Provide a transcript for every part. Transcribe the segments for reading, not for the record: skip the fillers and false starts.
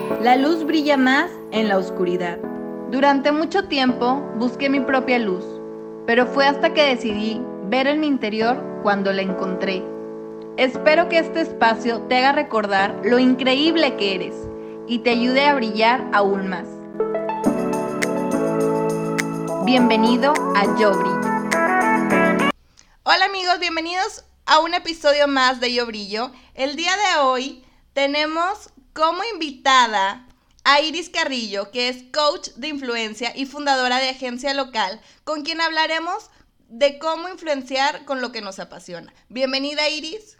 La luz brilla más en la oscuridad. Durante mucho tiempo busqué mi propia luz, pero fue hasta que decidí ver en mi interior cuando la encontré. Espero que este espacio te haga recordar lo increíble que eres y te ayude a brillar aún más. Bienvenido a Yo Brillo. Hola amigos, bienvenidos a un episodio más de Yo Brillo. El día de hoy tenemos como invitada a Iris Carrillo, que es coach de influencia y fundadora de agencia local, con quien hablaremos de cómo influenciar con lo que nos apasiona. Bienvenida, Iris.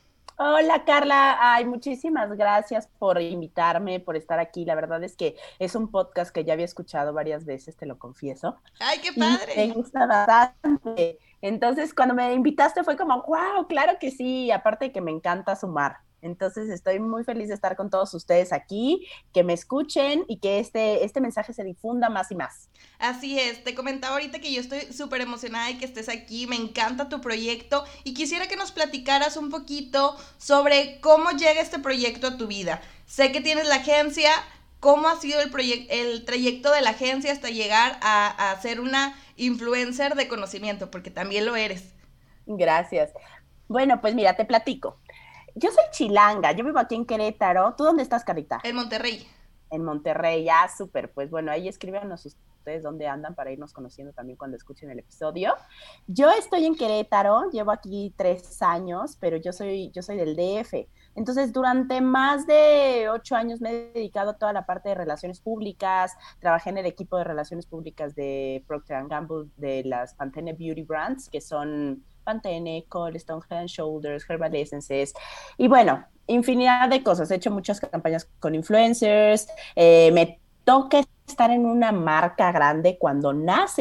Hola Carla, ay, muchísimas gracias por invitarme, por estar aquí. La verdad es que es un podcast que ya había escuchado varias veces, te lo confieso. ¡Ay, qué Y padre! me gusta bastante. Entonces, cuando me invitaste fue como, wow, claro que sí, aparte de que me encanta sumar. Entonces, estoy muy feliz de estar con todos ustedes aquí, que me escuchen y que este mensaje se difunda más y más. Así es, te comentaba ahorita que yo estoy súper emocionada de que estés aquí, me encanta tu proyecto y quisiera que nos platicaras un poquito sobre cómo llega este proyecto a tu vida. Sé que tienes la agencia, ¿cómo ha sido el trayecto de la agencia hasta llegar a ser una influencer de conocimiento? Porque también lo eres. Gracias. Bueno, pues mira, te platico. Yo soy chilanga, yo vivo aquí en Querétaro. ¿Tú dónde estás, Carita? En Monterrey. En Monterrey, ya, súper. Pues bueno, ahí escríbanos ustedes dónde andan para irnos conociendo también cuando escuchen el episodio. Yo estoy en Querétaro, llevo aquí 3 años, pero yo soy del DF. Entonces, durante más de 8 años me he dedicado a toda la parte de relaciones públicas. Trabajé en el equipo de relaciones públicas de Procter & Gamble, de las Pantene Beauty Brands, que son Pantene, Cold Stone, Head and Shoulders, Herbal Essences. Y bueno, infinidad de cosas. He hecho muchas campañas con influencers. Me toca estar en una marca grande cuando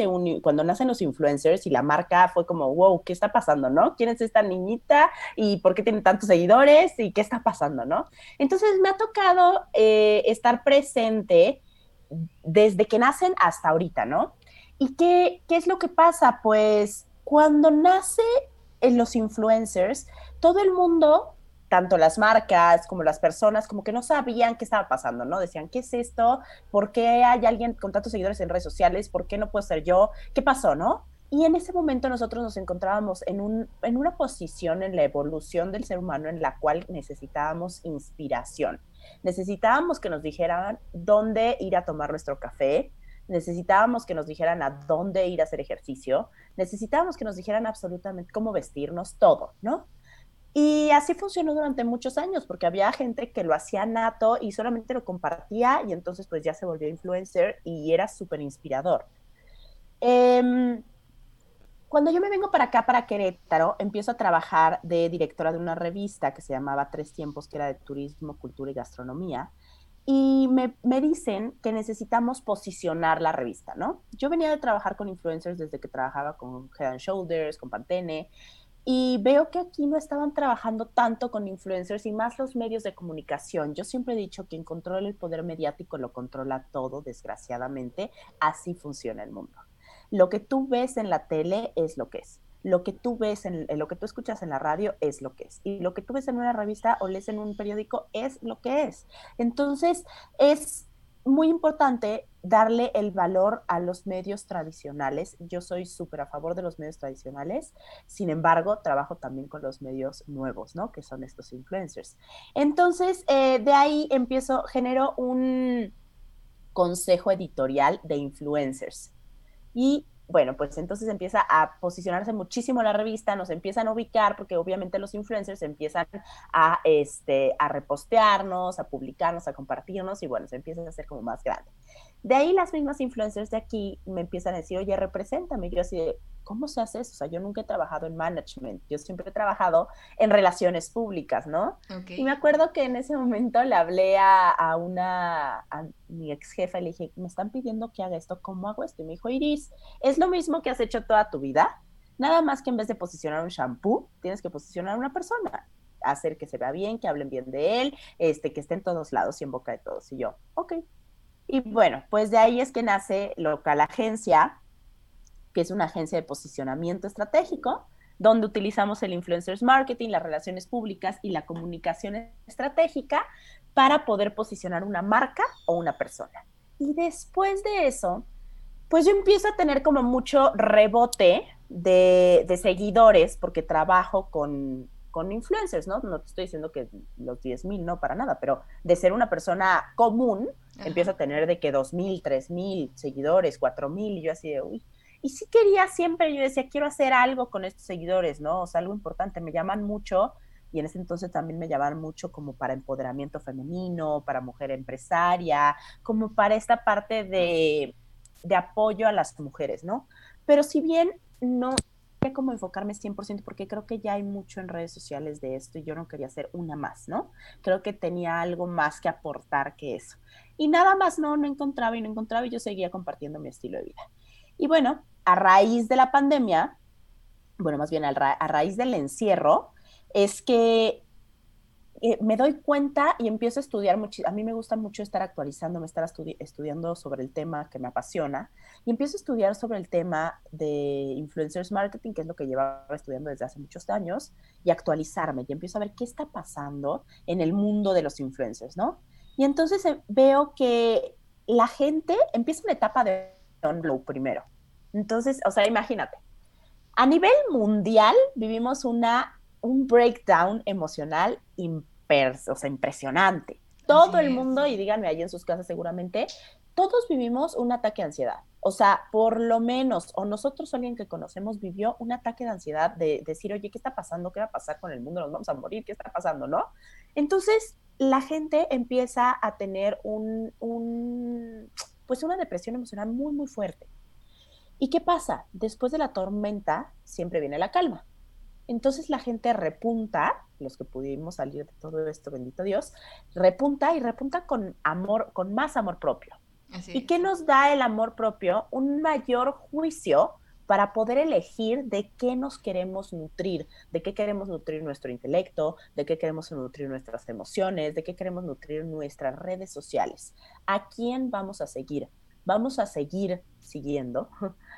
nacen los influencers y la marca fue como, wow, ¿qué está pasando, no? ¿Quién es esta niñita? ¿Y por qué tiene tantos seguidores? ¿Y qué está pasando, no? Entonces me ha tocado estar presente desde que nacen hasta ahorita, ¿no? ¿Y qué es lo que pasa? Pues cuando nace en los influencers, todo el mundo, tanto las marcas como las personas, como que no sabían qué estaba pasando, ¿no? Decían, ¿qué es esto? ¿Por qué hay alguien con tantos seguidores en redes sociales? ¿Por qué no puedo ser yo? ¿Qué pasó, no? Y en ese momento nosotros nos encontrábamos en una posición en la evolución del ser humano en la cual necesitábamos inspiración. Necesitábamos que nos dijeran dónde ir a tomar nuestro café, necesitábamos que nos dijeran a dónde ir a hacer ejercicio, necesitábamos que nos dijeran absolutamente cómo vestirnos, todo, ¿no? Y así funcionó durante muchos años, porque había gente que lo hacía nato y solamente lo compartía y entonces pues ya se volvió influencer y era súper inspirador. Eh, Cuando yo me vengo para acá, para Querétaro, empiezo a trabajar de directora de una revista que se llamaba Tres Tiempos, que era de turismo, cultura y gastronomía. Y me dicen que necesitamos posicionar la revista, ¿no? Yo venía de trabajar con influencers desde que trabajaba con Head and Shoulders, con Pantene, y veo que aquí no estaban trabajando tanto con influencers y más los medios de comunicación. Yo siempre he dicho que quien controla el poder mediático lo controla todo, desgraciadamente. Así funciona el mundo. Lo que tú ves en la tele es lo que es. Lo que tú ves, en lo que tú escuchas en la radio es lo que es. Y lo que tú ves en una revista o lees en un periódico es lo que es. Entonces, es muy importante darle el valor a los medios tradicionales. Yo soy súper a favor de los medios tradicionales, sin embargo, trabajo también con los medios nuevos, ¿no? Que son estos influencers. Entonces, de ahí genero un consejo editorial de influencers. Y bueno, pues entonces empieza a posicionarse muchísimo la revista, nos empiezan a ubicar, porque obviamente los influencers empiezan a repostearnos, a publicarnos, a compartirnos, y bueno, se empieza a hacer como más grande. De ahí las mismas influencers de aquí me empiezan a decir, oye, represéntame. Yo así de, ¿cómo se hace eso? O sea, yo nunca he trabajado en management, yo siempre he trabajado en relaciones públicas, ¿no? Okay. Y me acuerdo que en ese momento le hablé a mi ex jefa y le dije, me están pidiendo que haga esto, ¿cómo hago esto? Y me dijo, Iris, es lo mismo que has hecho toda tu vida, nada más que en vez de posicionar un shampoo, tienes que posicionar a una persona, hacer que se vea bien, que hablen bien de él, que esté en todos lados y en boca de todos. Y yo, ok. Y bueno, pues de ahí es que nace Local Agencia, que es una agencia de posicionamiento estratégico, donde utilizamos el influencers marketing, las relaciones públicas y la comunicación estratégica para poder posicionar una marca o una persona. Y después de eso, pues yo empiezo a tener como mucho rebote de seguidores porque trabajo con influencers, ¿no? No te estoy diciendo que los 10,000, no, para nada, pero de ser una persona común, empiezo a tener de que 2,000, 3,000 seguidores, 4,000, y yo así de, uy. Y sí quería siempre, yo decía, quiero hacer algo con estos seguidores, ¿no? O sea, algo importante, me llaman mucho, y en ese entonces también me llamaban mucho como para empoderamiento femenino, para mujer empresaria, como para esta parte de apoyo a las mujeres, ¿no? Pero si bien no quería como enfocarme 100% porque creo que ya hay mucho en redes sociales de esto y yo no quería ser una más, ¿no? Creo que tenía algo más que aportar que eso. Y nada más no encontraba y yo seguía compartiendo mi estilo de vida. Y bueno, a raíz de la pandemia, bueno, más bien a raíz del encierro, es que me doy cuenta y empiezo a estudiar mucho. A mí me gusta mucho estar actualizándome, estar estudiando sobre el tema que me apasiona, y empiezo a estudiar sobre el tema de influencers marketing, que es lo que llevaba estudiando desde hace muchos años, y actualizarme, y empiezo a ver qué está pasando en el mundo de los influencers, ¿no? Y entonces veo que la gente empieza una etapa de download primero. Entonces, o sea, imagínate, a nivel mundial vivimos un breakdown emocional o sea, impresionante. Todo el mundo, y díganme ahí en sus casas seguramente, todos vivimos un ataque de ansiedad. O sea, por lo menos, o nosotros o alguien que conocemos vivió un ataque de ansiedad de decir, oye, ¿qué está pasando? ¿Qué va a pasar con el mundo? ¿Nos vamos a morir? ¿Qué está pasando? ¿No? Entonces, la gente empieza a tener pues una depresión emocional muy, muy fuerte. ¿Y qué pasa? Después de la tormenta siempre viene la calma. Entonces la gente repunta, los que pudimos salir de todo esto, bendito Dios, repunta y repunta con amor, con más amor propio. ¿Y qué nos da el amor propio? Un mayor juicio para poder elegir de qué nos queremos nutrir, de qué queremos nutrir nuestro intelecto, de qué queremos nutrir nuestras emociones, de qué queremos nutrir nuestras redes sociales. ¿A quién vamos a seguir? Vamos a seguir siguiendo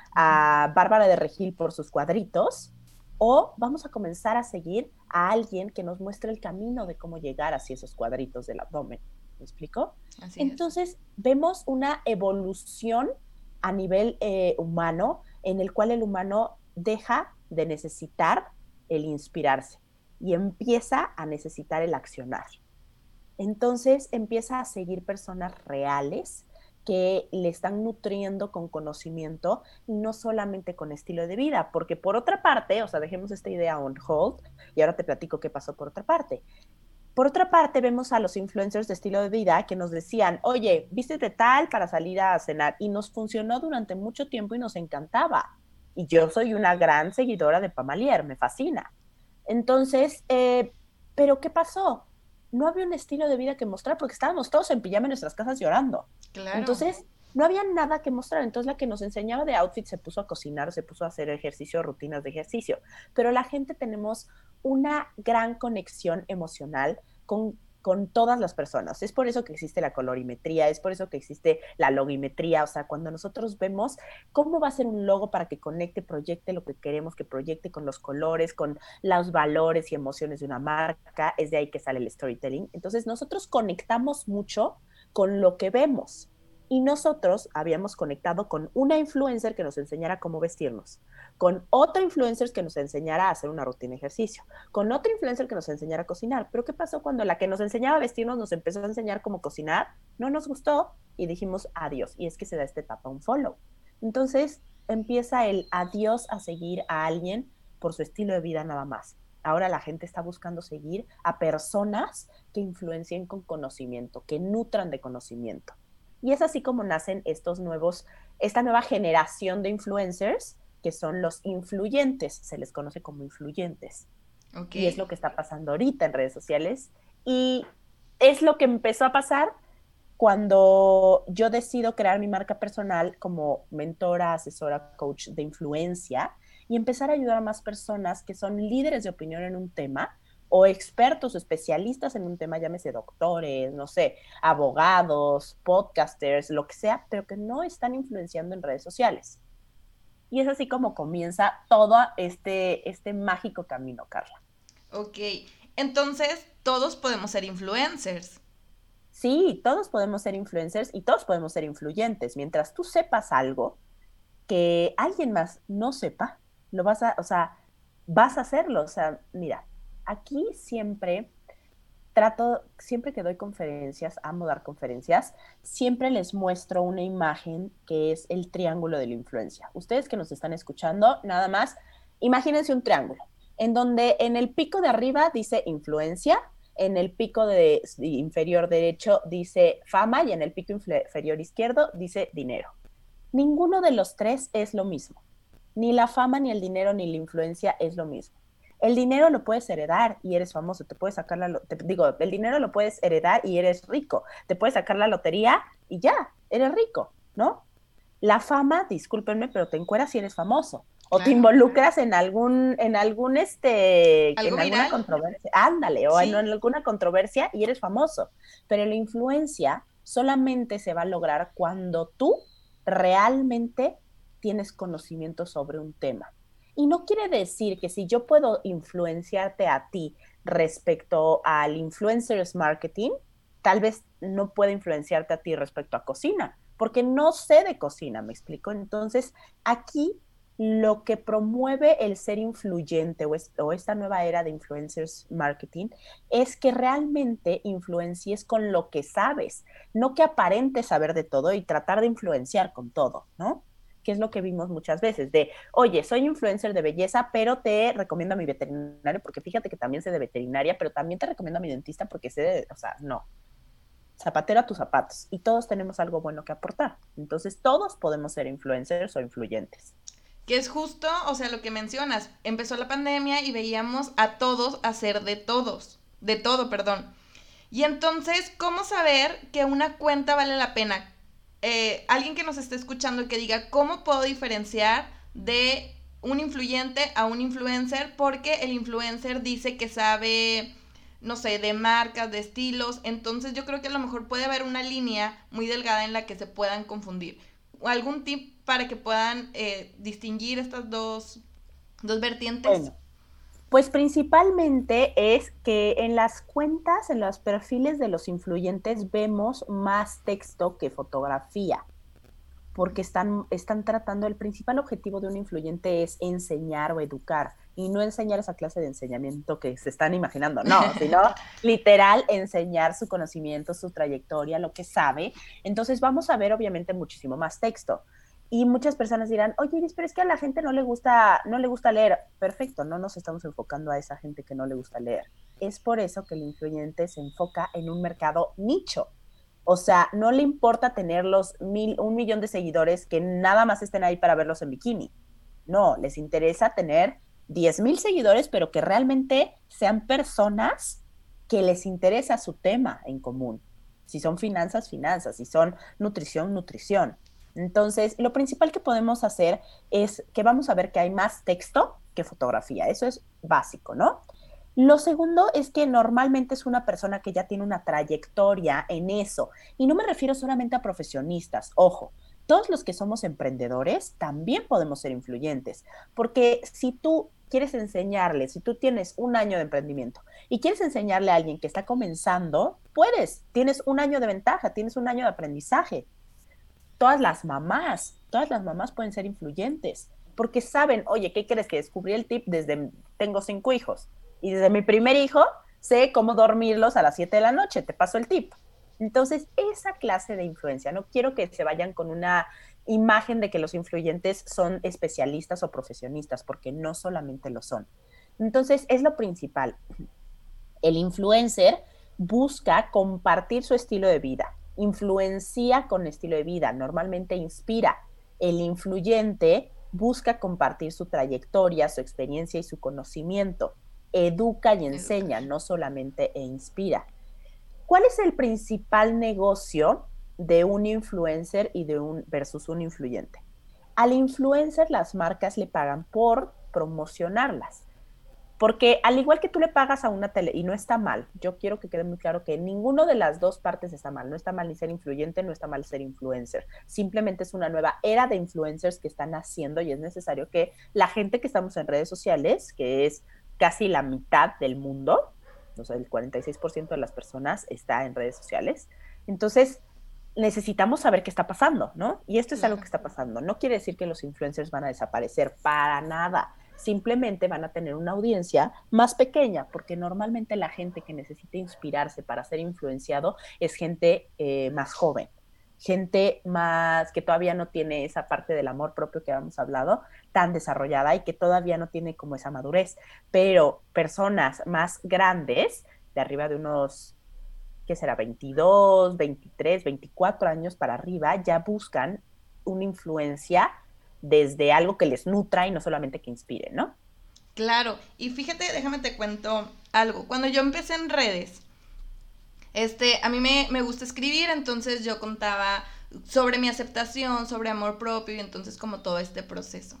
a Bárbara de Regil por sus cuadritos, o vamos a comenzar a seguir a alguien que nos muestre el camino de cómo llegar hacia esos cuadritos del abdomen. ¿Me explico? Entonces, vemos una evolución a nivel humano en el cual el humano deja de necesitar el inspirarse y empieza a necesitar el accionar. Entonces, empieza a seguir personas reales que le están nutriendo con conocimiento y no solamente con estilo de vida, porque por otra parte, o sea, dejemos esta idea on hold y ahora te platico qué pasó por otra parte. Por otra parte, vemos a los influencers de estilo de vida que nos decían, oye, vístete tal para salir a cenar, y nos funcionó durante mucho tiempo y nos encantaba. Y yo soy una gran seguidora de Pamalier, me fascina. Entonces, ¿pero qué pasó? No había un estilo de vida que mostrar porque estábamos todos en pijama en nuestras casas llorando. Claro. Entonces, no había nada que mostrar. Entonces, la que nos enseñaba de outfit se puso a cocinar, se puso a hacer ejercicio, rutinas de ejercicio. Pero la gente tenemos una gran conexión emocional con todas las personas. Es por eso que existe la colorimetría, es por eso que existe la logimetría. O sea, cuando nosotros vemos cómo va a ser un logo para que conecte, proyecte lo que queremos que proyecte con los colores, con los valores y emociones de una marca, es de ahí que sale el storytelling. Entonces, nosotros conectamos mucho con lo que vemos. Y nosotros habíamos conectado con una influencer que nos enseñara cómo vestirnos, con otra influencer que nos enseñara a hacer una rutina de ejercicio, con otra influencer que nos enseñara a cocinar. Pero ¿qué pasó cuando la que nos enseñaba a vestirnos nos empezó a enseñar cómo cocinar? No nos gustó y dijimos adiós. Y es que se da esta etapa un follow. Entonces empieza el adiós a seguir a alguien por su estilo de vida nada más. Ahora la gente está buscando seguir a personas que influencien con conocimiento, que nutran de conocimiento. Y es así como nacen esta nueva generación de influencers, que son los influyentes, se les conoce como influyentes. Okay. Y es lo que está pasando ahorita en redes sociales. Y es lo que empezó a pasar cuando yo decido crear mi marca personal como mentora, asesora, coach de influencia, y empezar a ayudar a más personas que son líderes de opinión en un tema, o expertos o especialistas en un tema, llámese doctores, no sé, abogados, podcasters, lo que sea, pero que no están influenciando en redes sociales. Y es así como comienza todo este mágico camino, Carla. Ok, entonces todos podemos ser influencers. Sí, todos podemos ser influencers y todos podemos ser influyentes. Mientras tú sepas algo que alguien más no sepa, lo vas a, o sea, vas a hacerlo. O sea, mira, aquí siempre que doy conferencias, amo dar conferencias, siempre les muestro una imagen que es el triángulo de la influencia. Ustedes que nos están escuchando, nada más, imagínense un triángulo, en donde en el pico de arriba dice influencia, en el pico inferior derecho dice fama y en el pico inferior izquierdo dice dinero. Ninguno de los tres es lo mismo. Ni la fama, ni el dinero, ni la influencia es lo mismo. El dinero lo puedes heredar y eres famoso, te puedes sacar el dinero lo puedes heredar y eres rico, te puedes sacar la lotería y ya, eres rico, ¿no? La fama, discúlpenme, pero te encueras si eres famoso. O te involucras en alguna controversia, ándale, o en alguna controversia y eres famoso. Pero la influencia solamente se va a lograr cuando tú realmente tienes conocimiento sobre un tema. Y no quiere decir que si yo puedo influenciarte a ti respecto al influencers marketing, tal vez no pueda influenciarte a ti respecto a cocina, porque no sé de cocina, ¿me explico? Entonces, aquí lo que promueve el ser influyente o esta nueva era de influencers marketing es que realmente influencies con lo que sabes, no que aparentes saber de todo y tratar de influenciar con todo, ¿no? Que es lo que vimos muchas veces, de, oye, soy influencer de belleza, pero te recomiendo a mi veterinario, porque fíjate que también sé de veterinaria, pero también te recomiendo a mi dentista porque sé de, o sea, no. Zapatero a tus zapatos. Y todos tenemos algo bueno que aportar. Entonces, todos podemos ser influencers o influyentes. Que es justo, o sea, lo que mencionas. Empezó la pandemia y veíamos a todos hacer de todo. Y entonces, ¿cómo saber que una cuenta vale la pena? Alguien que nos esté escuchando y que diga, ¿cómo puedo diferenciar de un influyente a un influencer? Porque el influencer dice que sabe, no sé, de marcas, de estilos. Entonces yo creo que a lo mejor puede haber una línea muy delgada en la que se puedan confundir. ¿Algún tip para que puedan distinguir estas dos vertientes? Bueno, pues principalmente es que en las cuentas, en los perfiles de los influyentes vemos más texto que fotografía, porque están tratando, el principal objetivo de un influyente es enseñar o educar, y no enseñar esa clase de enseñamiento que se están imaginando, no, sino literal enseñar su conocimiento, su trayectoria, lo que sabe. Entonces vamos a ver obviamente muchísimo más texto. Y muchas personas dirán, oye, Iris, pero es que a la gente no le gusta leer. Perfecto, no nos estamos enfocando a esa gente que no le gusta leer. Es por eso que el influyente se enfoca en un mercado nicho. O sea, no le importa tener 1,000,000 de seguidores que nada más estén ahí para verlos en bikini. No, les interesa tener 10,000 seguidores, pero que realmente sean personas que les interesa su tema en común. Si son finanzas, finanzas. Si son nutrición, nutrición. Entonces, lo principal que podemos hacer es que vamos a ver que hay más texto que fotografía. Eso es básico, ¿no? Lo segundo es que normalmente es una persona que ya tiene una trayectoria en eso. Y no me refiero solamente a profesionistas. Ojo, todos los que somos emprendedores también podemos ser influyentes. Porque si tú quieres enseñarle, si tú tienes 1 año de emprendimiento y quieres enseñarle a alguien que está comenzando, puedes. Tienes 1 año de ventaja, tienes 1 año de aprendizaje. Todas las mamás pueden ser influyentes, porque saben, oye, ¿qué crees? Que descubrí el tip tengo 5 hijos, y desde mi primer hijo sé cómo dormirlos a las 7 de la noche, te paso el tip. Entonces, esa clase de influencia, no quiero que se vayan con una imagen de que los influyentes son especialistas o profesionistas, porque no solamente lo son. Entonces, es lo principal. El influencer busca compartir su estilo de vida, influencia con estilo de vida, normalmente inspira. El influyente busca compartir su trayectoria, su experiencia y su conocimiento, educa y enseña, no solamente inspira. ¿Cuál es el principal negocio de un influencer y versus un influyente? Al influencer las marcas le pagan por promocionarlas. Porque al igual que tú le pagas a una tele, y no está mal, yo quiero que quede muy claro que ninguno de las dos partes está mal. No está mal ni ser influyente, no está mal ser influencer. Simplemente es una nueva era de influencers que están haciendo y es necesario que la gente que estamos en redes sociales, que es casi la mitad del mundo, o sea, el 46% de las personas está en redes sociales, Entonces, necesitamos saber qué está pasando, ¿no? Y esto es algo Claro. que está pasando. No quiere decir que los influencers van a desaparecer para nada. Simplemente van a tener una audiencia más pequeña, porque normalmente la gente que necesita inspirarse para ser influenciado es gente más joven, gente más que todavía no tiene esa parte del amor propio que habíamos hablado tan desarrollada y que todavía no tiene como esa madurez. Pero personas más grandes, de arriba de unos ¿qué será? 22, 23, 24 años para arriba, ya buscan una influencia desde algo que les nutra y no solamente que inspire, ¿no? Claro, y fíjate, déjame te cuento algo. Cuando yo empecé en redes, a mí me gusta escribir, entonces yo contaba sobre mi aceptación, sobre amor propio y entonces como todo este proceso.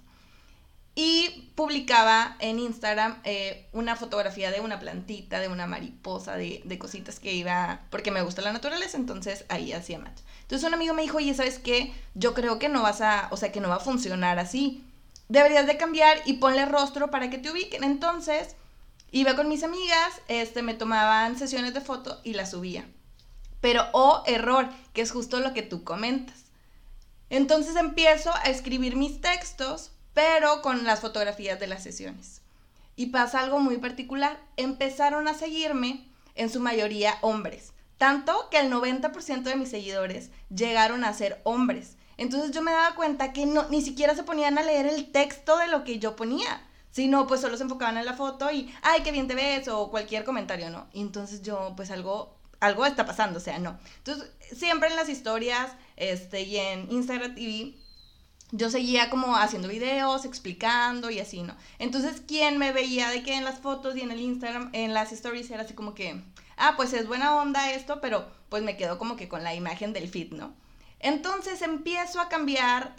Y publicaba en Instagram una fotografía de una plantita, de una mariposa, de cositas que iba, porque me gusta la naturaleza, entonces ahí hacía match. Entonces un amigo me dijo, oye, ¿sabes qué? Yo creo que no vas a, o sea, que no va a funcionar así. Deberías de cambiar y ponle rostro para que te ubiquen. Entonces iba con mis amigas, me tomaban sesiones de foto y las subía. Pero, oh, error, que es justo lo que tú comentas. Entonces empiezo a escribir mis textos, pero con las fotografías de las sesiones. Y pasa algo muy particular. Empezaron a seguirme, en su mayoría hombres. Tanto que el 90% de mis seguidores llegaron a ser hombres. Entonces yo me daba cuenta que no, ni siquiera se ponían a leer el texto de lo que yo ponía. Sino pues solo se enfocaban en la foto y, ay, qué bien te ves, o cualquier comentario, ¿no? Y entonces yo, pues algo está pasando, o sea, no. Entonces, siempre en las historias, y en Instagram TV, yo seguía como haciendo videos, explicando y así, ¿no? Entonces, quien me veía de que en las fotos y en el Instagram, en las stories, era así como que, pues es buena onda esto, pero pues me quedo como que con la imagen del feed, ¿no? Entonces empiezo a cambiar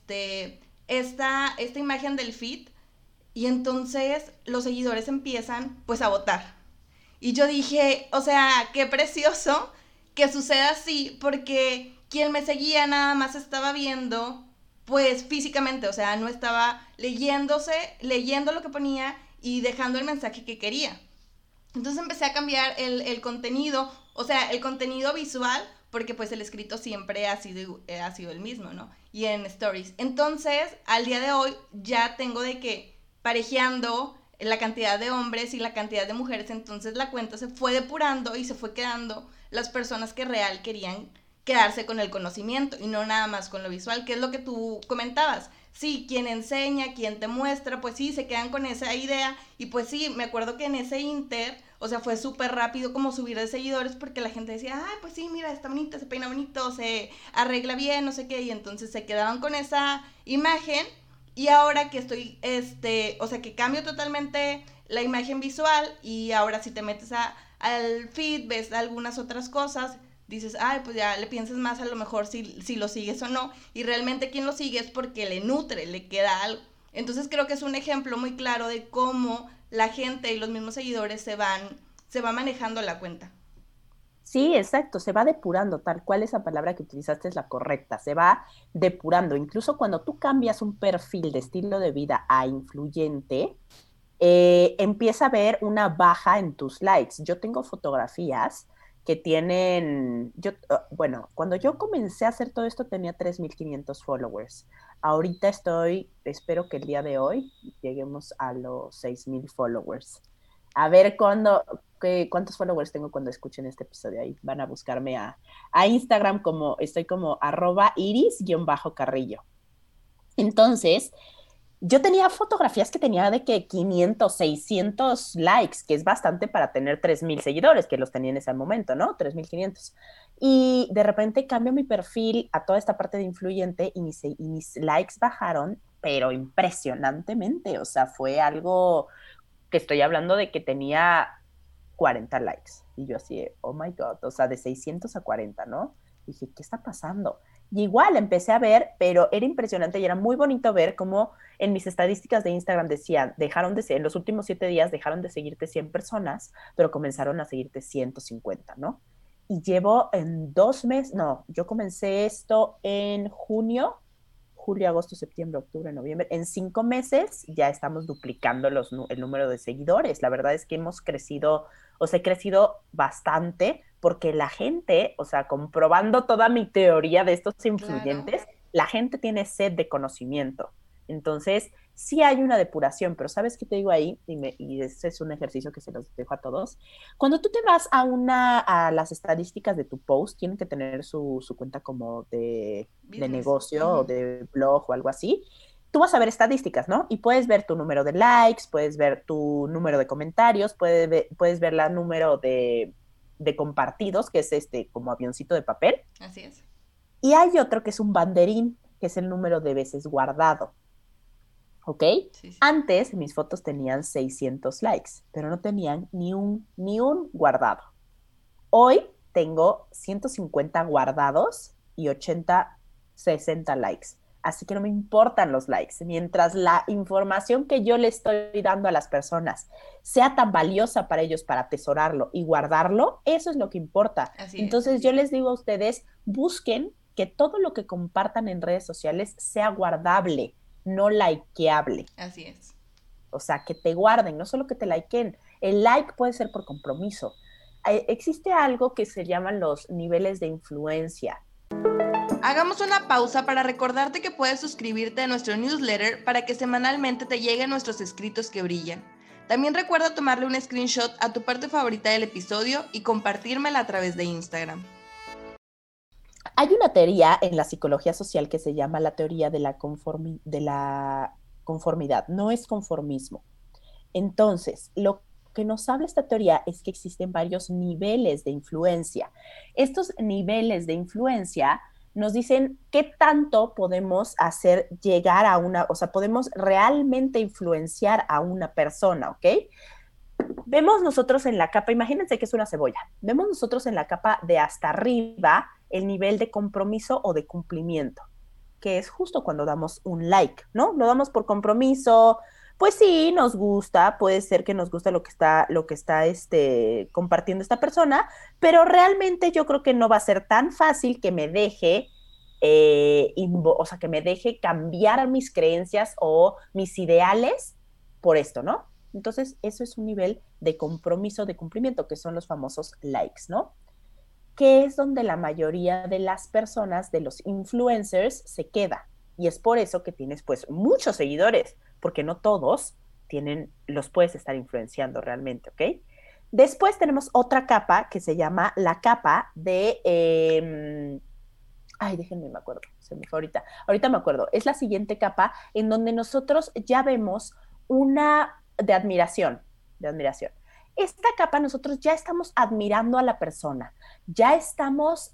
esta imagen del feed y entonces los seguidores empiezan pues a votar. Y yo dije, o sea, qué precioso que suceda así, porque quien me seguía nada más estaba viendo, pues físicamente, o sea, no estaba leyendo lo que ponía y dejando el mensaje que quería. Entonces empecé a cambiar el contenido, o sea, el contenido visual, porque pues el escrito siempre ha sido el mismo, ¿no? Y en stories. Entonces, al día de hoy ya tengo de que parejeando la cantidad de hombres y la cantidad de mujeres, entonces la cuenta se fue depurando y se fue quedando las personas que real querían quedarse con el conocimiento y no nada más con lo visual, que es lo que tú comentabas. Sí, quien enseña, quien te muestra, pues sí, se quedan con esa idea y pues sí, me acuerdo que en ese inter, o sea, fue súper rápido como subir de seguidores porque la gente decía, ay, pues sí, mira, está bonita, se peina bonito, se arregla bien, no sé qué, y entonces se quedaban con esa imagen. Y ahora que estoy, o sea, que cambio totalmente la imagen visual y ahora si te metes al feed, ves algunas otras cosas, dices, ay, pues ya le piensas más a lo mejor si lo sigues o no. Y realmente quien lo sigue es porque le nutre, le queda algo. Entonces creo que es un ejemplo muy claro de cómo la gente y los mismos seguidores se va manejando la cuenta. Sí, exacto, se va depurando, tal cual esa palabra que utilizaste es la correcta, se va depurando. Incluso cuando tú cambias un perfil de estilo de vida a influyente, empieza a haber una baja en tus likes. Yo tengo fotografías que tienen, bueno, cuando yo comencé a hacer todo esto tenía 3,500 followers. Ahorita espero que el día de hoy lleguemos a los 6,000 followers. A ver cuántos followers tengo cuando escuchen este episodio. Ahí van a buscarme a Instagram estoy como @iris_carrillo. Entonces, yo tenía fotografías que tenía de que 500, 600 likes, que es bastante para tener 3,000 seguidores, que los tenía en ese momento, ¿no? 3,500. Y de repente cambio mi perfil a toda esta parte de influyente y mis likes bajaron, pero impresionantemente. O sea, fue algo que estoy hablando de que tenía 40 likes. Y yo así, oh my God, o sea, de 600 a 40, ¿no? Dije, ¿qué está pasando? Y igual empecé a ver, pero era impresionante y era muy bonito ver cómo en mis estadísticas de Instagram decían, en los últimos 7 días dejaron de seguirte 100 personas, pero comenzaron a seguirte 150, ¿no? Y llevo en 2 meses, no, yo comencé esto en julio, agosto, septiembre, octubre, noviembre. En 5 meses ya estamos duplicando el número de seguidores. La verdad es que hemos crecido, o sea, he crecido bastante porque la gente, o sea, comprobando toda mi teoría de estos influyentes, Claro. la gente tiene sed de conocimiento. Entonces, sí hay una depuración, pero ¿sabes qué te digo ahí? Y ese es un ejercicio que se los dejo a todos. Cuando tú te vas a las estadísticas de tu post, tienen que tener su cuenta como de Business. negocio o de blog o algo así. Tú vas a ver estadísticas, ¿no? Y puedes ver tu número de likes, puedes ver tu número de comentarios, puedes ver la número de compartidos, que es como avioncito de papel. Así es. Y hay otro que es un banderín, que es el número de veces guardado. ¿Ok? Sí, sí. Antes mis fotos tenían 600 likes, pero no tenían ni un guardado. Hoy tengo 150 guardados y 80, 60 likes. Así que no me importan los likes. Mientras la información que yo le estoy dando a las personas sea tan valiosa para ellos para atesorarlo y guardarlo, eso es lo que importa. Así es. Entonces yo les digo a ustedes, busquen que todo lo que compartan en redes sociales sea guardable, no likeable. Así es. O sea, que te guarden, no solo que te likeen. El like puede ser por compromiso. Existe algo que se llaman los niveles de influencia. Hagamos una pausa para recordarte que puedes suscribirte a nuestro newsletter para que semanalmente te lleguen nuestros escritos que brillan. También recuerda tomarle un screenshot a tu parte favorita del episodio y compartírmela a través de Instagram. Hay una teoría en la psicología social que se llama la teoría de la conformidad. No es conformismo. Entonces, lo que nos habla esta teoría es que existen varios niveles de influencia. Estos niveles de influencia nos dicen qué tanto podemos hacer llegar a o sea, podemos realmente influenciar a una persona, ¿ok? Vemos nosotros en la capa, imagínense que es una cebolla, vemos nosotros en la capa de hasta arriba el nivel de compromiso o de cumplimiento, que es justo cuando damos un like, ¿no? Lo damos por compromiso, pues sí, nos gusta, puede ser que nos guste lo que está compartiendo esta persona, pero realmente yo creo que no va a ser tan fácil que me deje, o sea, que me deje cambiar mis creencias o mis ideales por esto, ¿no? Entonces, eso es un nivel de compromiso, de cumplimiento, que son los famosos likes, ¿no? Que es donde la mayoría de las personas, de los influencers, se queda. Y es por eso que tienes, pues, muchos seguidores, porque no todos los puedes estar influenciando realmente, ¿ok? Después tenemos otra capa que se llama la capa de... ay, déjenme, me acuerdo, se me fue ahorita me acuerdo, es la siguiente capa en donde nosotros ya vemos una de admiración. Esta capa nosotros ya estamos admirando a la persona, ya estamos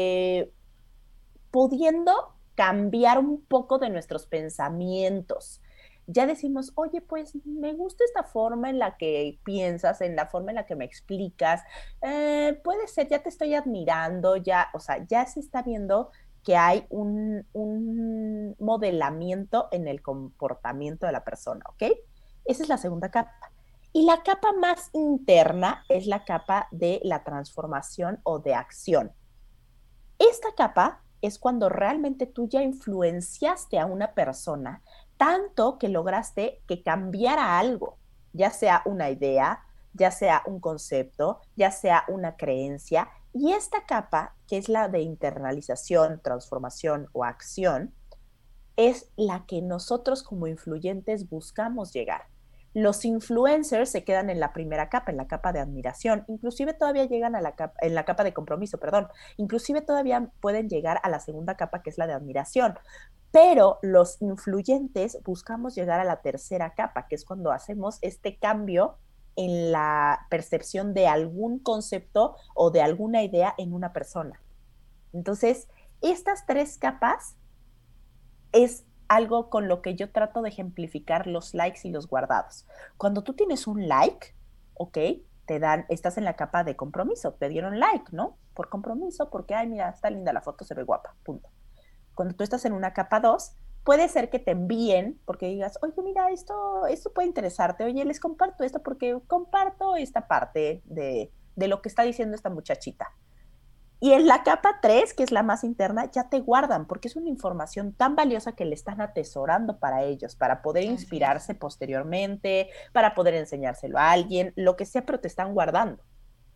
pudiendo cambiar un poco de nuestros pensamientos. Ya decimos, oye, pues me gusta esta forma en la que piensas, en la forma en la que me explicas, puede ser, ya te estoy admirando, ya, o sea, ya se está viendo que hay un modelamiento en el comportamiento de la persona, ¿ok? Esa es la segunda capa. Y la capa más interna es la capa de la transformación o de acción. Esta capa es cuando realmente tú ya influenciaste a una persona tanto que lograste que cambiara algo, ya sea una idea, ya sea un concepto, ya sea una creencia. Y esta capa, que es la de internalización, transformación o acción, es la que nosotros como influyentes buscamos llegar. Los influencers se quedan en la primera capa, en la capa de admiración, inclusive todavía llegan en la capa de compromiso, perdón, inclusive todavía pueden llegar a la segunda capa, que es la de admiración, pero los influyentes buscamos llegar a la tercera capa, que es cuando hacemos este cambio en la percepción de algún concepto o de alguna idea en una persona. Entonces, estas tres capas es algo con lo que yo trato de ejemplificar los likes y los guardados. Cuando tú tienes un like, ¿ok? Estás en la capa de compromiso, te dieron like, ¿no? Por compromiso, porque, ay, mira, está linda la foto, se ve guapa, punto. Cuando tú estás en una capa 2, puede ser que te envíen, porque digas, oye, mira, esto puede interesarte, oye, les comparto esto porque comparto esta parte de lo que está diciendo esta muchachita. Y en la capa 3, que es la más interna, ya te guardan, porque es una información tan valiosa que le están atesorando para ellos, para poder inspirarse posteriormente, para poder enseñárselo a alguien, lo que sea, pero te están guardando.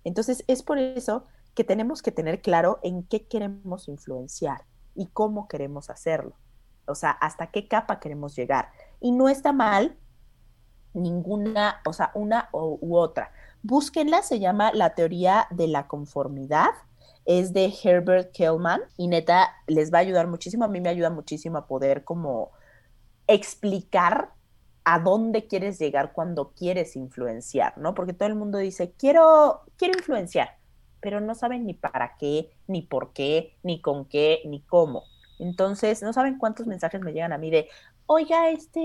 Entonces, es por eso que tenemos que tener claro en qué queremos influenciar y cómo queremos hacerlo. O sea, hasta qué capa queremos llegar. Y no está mal ninguna, o sea, una u otra. Búsquenla, se llama la teoría de la conformidad, es de Herbert Kellman y neta les va a ayudar muchísimo, a mí me ayuda muchísimo a poder como explicar a dónde quieres llegar cuando quieres influenciar, ¿no? Porque todo el mundo dice, quiero influenciar, pero no saben ni para qué, ni por qué, ni con qué, ni cómo. Entonces, no saben cuántos mensajes me llegan a mí de, oiga,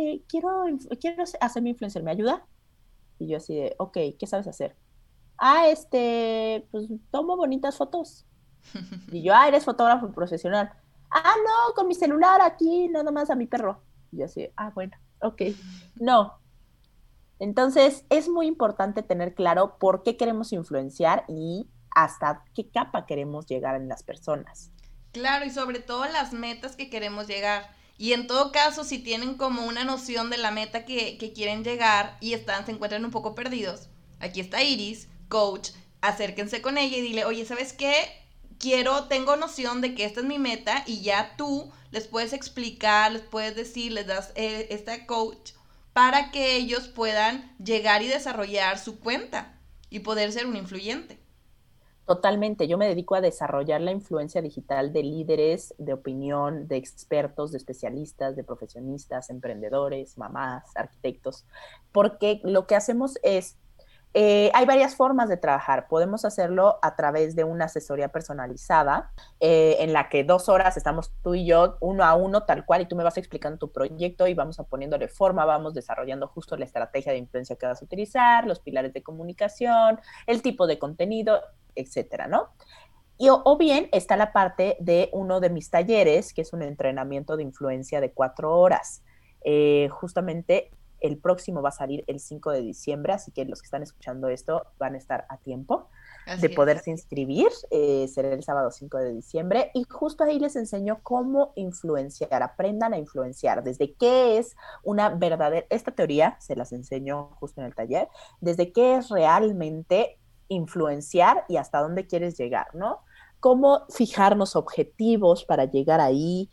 quiero hacer mi influencer, ¿me ayuda? Y yo así de, ok, ¿qué sabes hacer? Ah, pues tomo bonitas fotos. Y yo, eres fotógrafo profesional. Ah, no, con mi celular aquí, nada más a mi perro. Y yo así, bueno, ok. No. Entonces, es muy importante tener claro por qué queremos influenciar y hasta qué capa queremos llegar en las personas. Claro, y sobre todo las metas que queremos llegar. Y en todo caso, si tienen como una noción de la meta que quieren llegar y se encuentran un poco perdidos, aquí está Iris, coach, acérquense con ella y dile, oye, ¿sabes qué? Tengo noción de que esta es mi meta y ya tú les puedes explicar, les puedes decir, les das esta coach para que ellos puedan llegar y desarrollar su cuenta y poder ser un influyente. Totalmente, yo me dedico a desarrollar la influencia digital de líderes de opinión, de expertos, de especialistas, de profesionistas, emprendedores, mamás, arquitectos, porque lo que hacemos es, hay varias formas de trabajar. Podemos hacerlo a través de una asesoría personalizada, en la que 2 horas estamos tú y yo uno a uno, tal cual, y tú me vas explicando tu proyecto y vamos poniéndole forma, vamos desarrollando justo la estrategia de influencia que vas a utilizar, los pilares de comunicación, el tipo de contenido, etcétera, ¿no? O bien está la parte de uno de mis talleres, que es un entrenamiento de influencia de 4 horas. Justamente el próximo va a salir el 5 de diciembre, así que los que están escuchando esto van a estar a tiempo de poderse inscribir. Será el sábado 5 de diciembre y justo ahí les enseño cómo influenciar, aprendan a influenciar, desde qué es una verdadera, esta teoría se las enseño justo en el taller, desde qué es realmente influenciar y hasta dónde quieres llegar, ¿no? Cómo fijarnos objetivos para llegar ahí,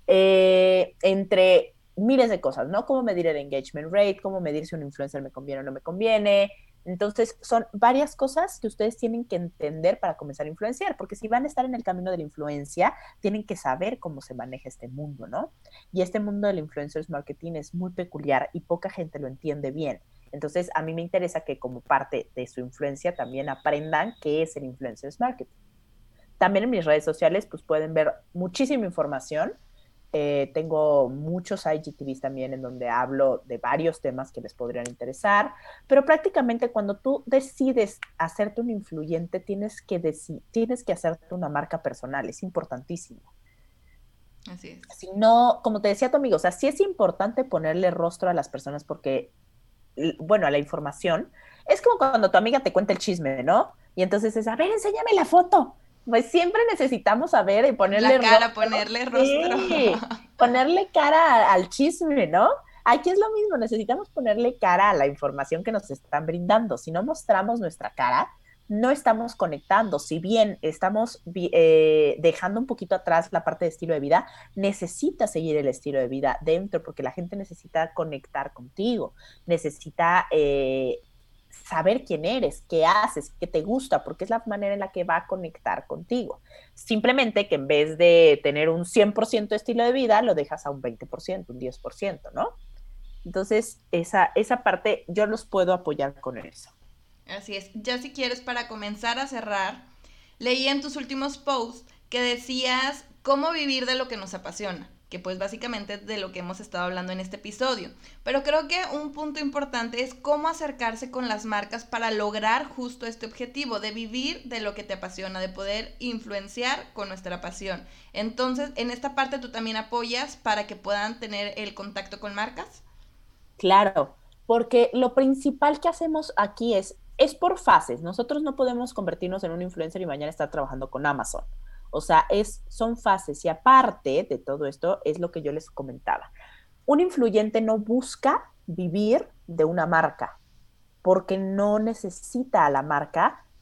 entre miles de cosas, ¿no? Cómo medir el engagement rate, cómo medir si un influencer me conviene o no me conviene. Entonces, son varias cosas que ustedes tienen que entender para comenzar a influenciar, porque si van a estar en el camino de la influencia, tienen que saber cómo se maneja este mundo, ¿no? Y este mundo del influencers marketing es muy peculiar y poca gente lo entiende bien. Entonces, a mí me interesa que como parte de su influencia también aprendan qué es el influencers marketing. También en mis redes sociales, pues pueden ver muchísima información. Tengo muchos IGTVs también en donde hablo de varios temas que les podrían interesar, pero prácticamente cuando tú decides hacerte un influyente, tienes que hacerte una marca personal, es importantísimo. Así es. Si no, como te decía tu amigo, o sea, sí es importante ponerle rostro a las personas porque, bueno, a la información, es como cuando tu amiga te cuenta el chisme, ¿no? Y entonces es, a ver, enséñame la foto. Pues siempre necesitamos saber y ponerle la cara, rostro. ponerle rostro. Sí, ponerle cara al chisme, ¿no? Aquí es lo mismo, necesitamos ponerle cara a la información que nos están brindando. Si no mostramos nuestra cara, no estamos conectando. Si bien estamos dejando un poquito atrás la parte de estilo de vida, necesitas seguir el estilo de vida dentro porque la gente necesita conectar contigo, necesita saber quién eres, qué haces, qué te gusta, porque es la manera en la que va a conectar contigo. Simplemente que en vez de tener un 100% de estilo de vida, lo dejas a un 20%, un 10%, ¿no? Entonces, esa parte yo los puedo apoyar con eso. Así es. Ya si quieres, para comenzar a cerrar, leí en tus últimos posts que decías cómo vivir de lo que nos apasiona, que pues básicamente es de lo que hemos estado hablando en este episodio. Pero creo que un punto importante es cómo acercarse con las marcas para lograr justo este objetivo, de vivir de lo que te apasiona, de poder influenciar con nuestra pasión. Entonces, en esta parte tú también apoyas para que puedan tener el contacto con marcas. Claro, porque lo principal que hacemos aquí es por fases. Nosotros no podemos convertirnos en un influencer y mañana estar trabajando con Amazon. O sea, son fases y aparte de todo esto es lo que yo les comentaba. Un influyente no busca vivir de una marca porque no necesita a la marca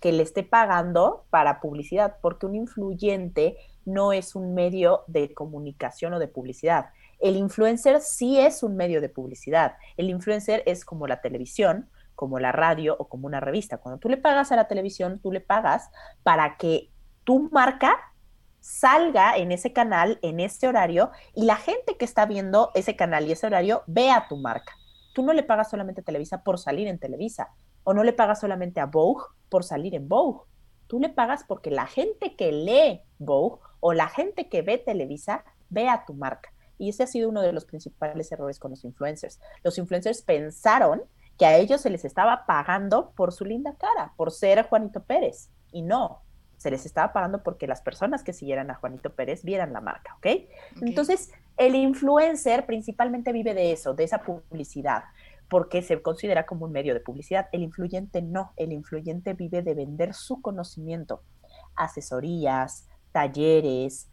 que le esté pagando para publicidad, porque un influyente no es un medio de comunicación o de publicidad. El influencer sí es un medio de publicidad. El influencer es como la televisión, como la radio o como una revista. Cuando tú le pagas a la televisión, tú le pagas para que tu marca salga en ese canal, en ese horario, y la gente que está viendo ese canal y ese horario vea tu marca. Tú no le pagas solamente a Televisa por salir en Televisa, o no le pagas solamente a Vogue por salir en Vogue. Tú le pagas porque la gente que lee Vogue o la gente que ve Televisa vea tu marca. Y ese ha sido uno de los principales errores con los influencers. Los influencers pensaron que a ellos se les estaba pagando por su linda cara, por ser Juanito Pérez. Y no, se les estaba pagando porque las personas que siguieran a Juanito Pérez vieran la marca, ¿ok? Entonces, el influencer principalmente vive de eso, de esa publicidad, porque se considera como un medio de publicidad. El influyente no, el influyente vive de vender su conocimiento, asesorías, talleres,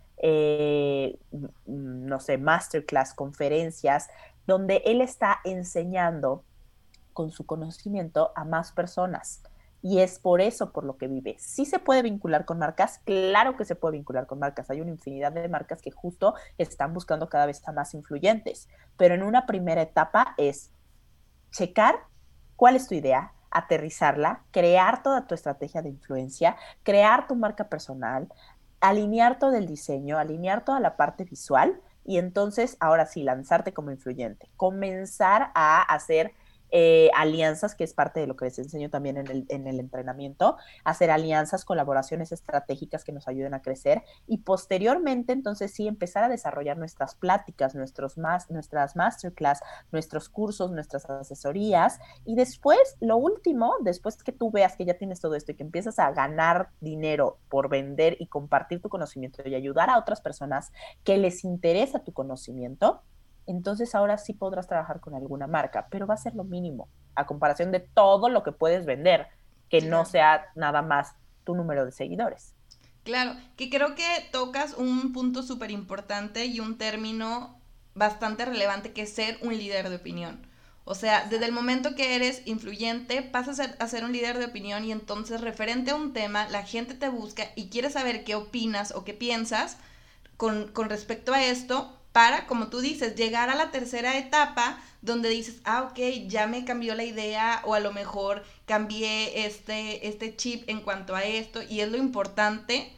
no sé, masterclass, conferencias, donde él está enseñando con su conocimiento a más personas. Y es por eso por lo que vive. ¿Sí se puede vincular con marcas? Claro que se puede vincular con marcas. Hay una infinidad de marcas que justo están buscando cada vez a más influyentes. Pero en una primera etapa es checar cuál es tu idea, aterrizarla, crear toda tu estrategia de influencia, crear tu marca personal, alinear todo el diseño, alinear toda la parte visual y entonces ahora sí lanzarte como influyente, comenzar a hacer alianzas, que es parte de lo que les enseño también en el entrenamiento, hacer alianzas, colaboraciones estratégicas que nos ayuden a crecer y posteriormente entonces sí empezar a desarrollar nuestras pláticas, nuestras masterclass, nuestros cursos, nuestras asesorías y después, lo último, después que tú veas que ya tienes todo esto y que empiezas a ganar dinero por vender y compartir tu conocimiento y ayudar a otras personas que les interesa tu conocimiento, entonces ahora sí podrás trabajar con alguna marca, pero va a ser lo mínimo a comparación de todo lo que puedes vender, que no sea nada más tu número de seguidores. Claro, que creo que tocas un punto súper importante y un término bastante relevante que es ser un líder de opinión. O sea, desde el momento que eres influyente, pasas a ser un líder de opinión y entonces referente a un tema, la gente te busca y quiere saber qué opinas o qué piensas con respecto a esto para, como tú dices, llegar a la tercera etapa donde dices, ok, ya me cambió la idea o a lo mejor cambié este chip en cuanto a esto y es lo importante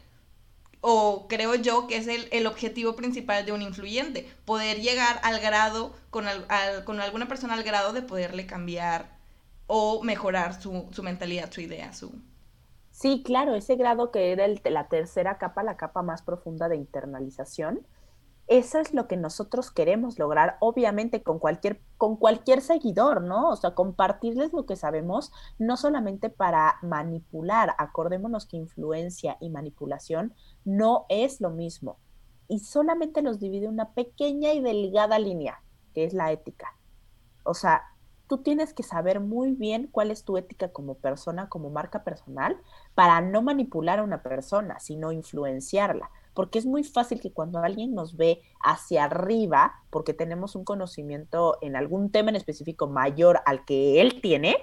o creo yo que es el objetivo principal de un influyente, poder llegar al grado, con alguna persona al grado de poderle cambiar o mejorar su mentalidad, su idea, su... Sí, claro, ese grado que era la tercera capa, la capa más profunda de internalización, eso es lo que nosotros queremos lograr, obviamente con cualquier seguidor, ¿no? O sea, compartirles lo que sabemos, no solamente para manipular, acordémonos que influencia y manipulación no es lo mismo, y solamente los divide una pequeña y delgada línea, que es la ética. O sea, tú tienes que saber muy bien cuál es tu ética como persona, como marca personal, para no manipular a una persona, sino influenciarla. Porque es muy fácil que cuando alguien nos ve hacia arriba, porque tenemos un conocimiento en algún tema en específico mayor al que él tiene,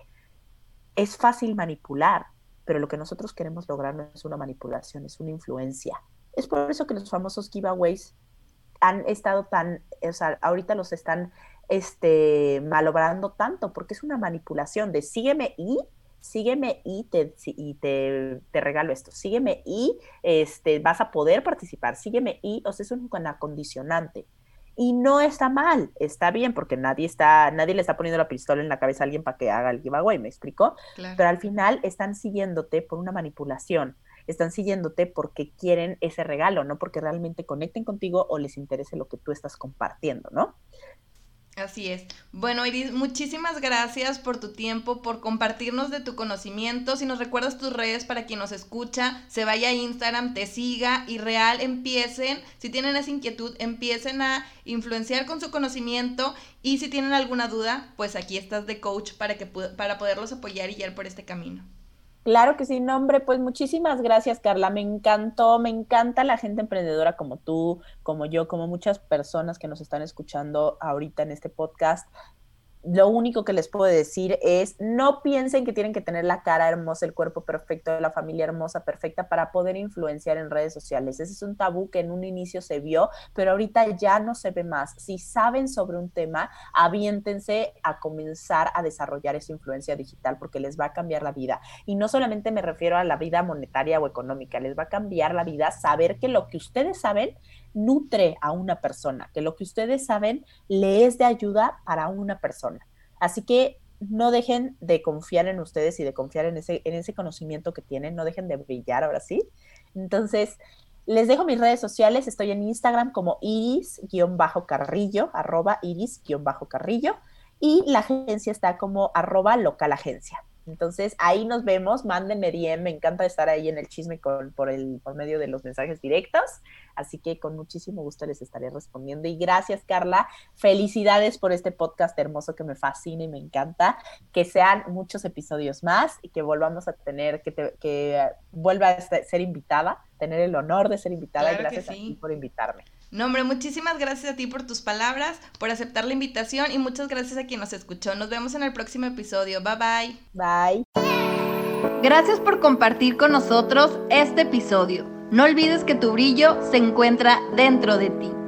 es fácil manipular. Pero lo que nosotros queremos lograr no es una manipulación, es una influencia. Es por eso que los famosos giveaways han estado tan, o sea, ahorita los están malogrando tanto, porque es una manipulación de sígueme y te regalo esto, sígueme y vas a poder participar, sígueme y, o sea, es un acondicionante. Y no está mal, está bien, porque nadie le está poniendo la pistola en la cabeza a alguien para que haga el giveaway, ¿me explico? Claro. Pero al final están siguiéndote por una manipulación, están siguiéndote porque quieren ese regalo, no porque realmente conecten contigo o les interese lo que tú estás compartiendo, ¿no? Así es. Bueno, Iris, muchísimas gracias por tu tiempo, por compartirnos de tu conocimiento. Si nos recuerdas tus redes para quien nos escucha, se vaya a Instagram, te siga y real empiecen, si tienen esa inquietud, empiecen a influenciar con su conocimiento y si tienen alguna duda, pues aquí estás de coach para poderlos apoyar y guiar por este camino. Claro que sí, no, hombre, pues muchísimas gracias, Carla. Me encantó, me encanta la gente emprendedora como tú, como yo, como muchas personas que nos están escuchando ahorita en este podcast. lo único que les puedo decir es, no piensen que tienen que tener la cara hermosa, el cuerpo perfecto, la familia hermosa, perfecta para poder influenciar en redes sociales. Ese es un tabú que en un inicio se vio, pero ahorita ya no se ve más. Si saben sobre un tema, aviéntense a comenzar a desarrollar esa influencia digital porque les va a cambiar la vida. Y no solamente me refiero a la vida monetaria o económica, les va a cambiar la vida saber que lo que ustedes saben nutre a una persona, que lo que ustedes saben le es de ayuda para una persona. Así que no dejen de confiar en ustedes y de confiar en ese conocimiento que tienen, no dejen de brillar ahora sí. Entonces, les dejo mis redes sociales, estoy en Instagram como iris-carrillo, @iris-carrillo, y la agencia está como @localagencia. Entonces, ahí nos vemos, mándenme DM, me encanta estar ahí en el chisme por medio de los mensajes directos, así que con muchísimo gusto les estaré respondiendo. Y gracias, Carla, felicidades por este podcast hermoso que me fascina y me encanta, que sean muchos episodios más y que volvamos a tener, que vuelva a ser invitada, tener el honor de ser invitada, Claro y gracias que sí. a ti por invitarme. No, hombre, muchísimas gracias a ti por tus palabras, por aceptar la invitación y muchas gracias a quien nos escuchó. Nos vemos en el próximo episodio. Bye, bye. Bye. Gracias por compartir con nosotros este episodio. No olvides que tu brillo se encuentra dentro de ti.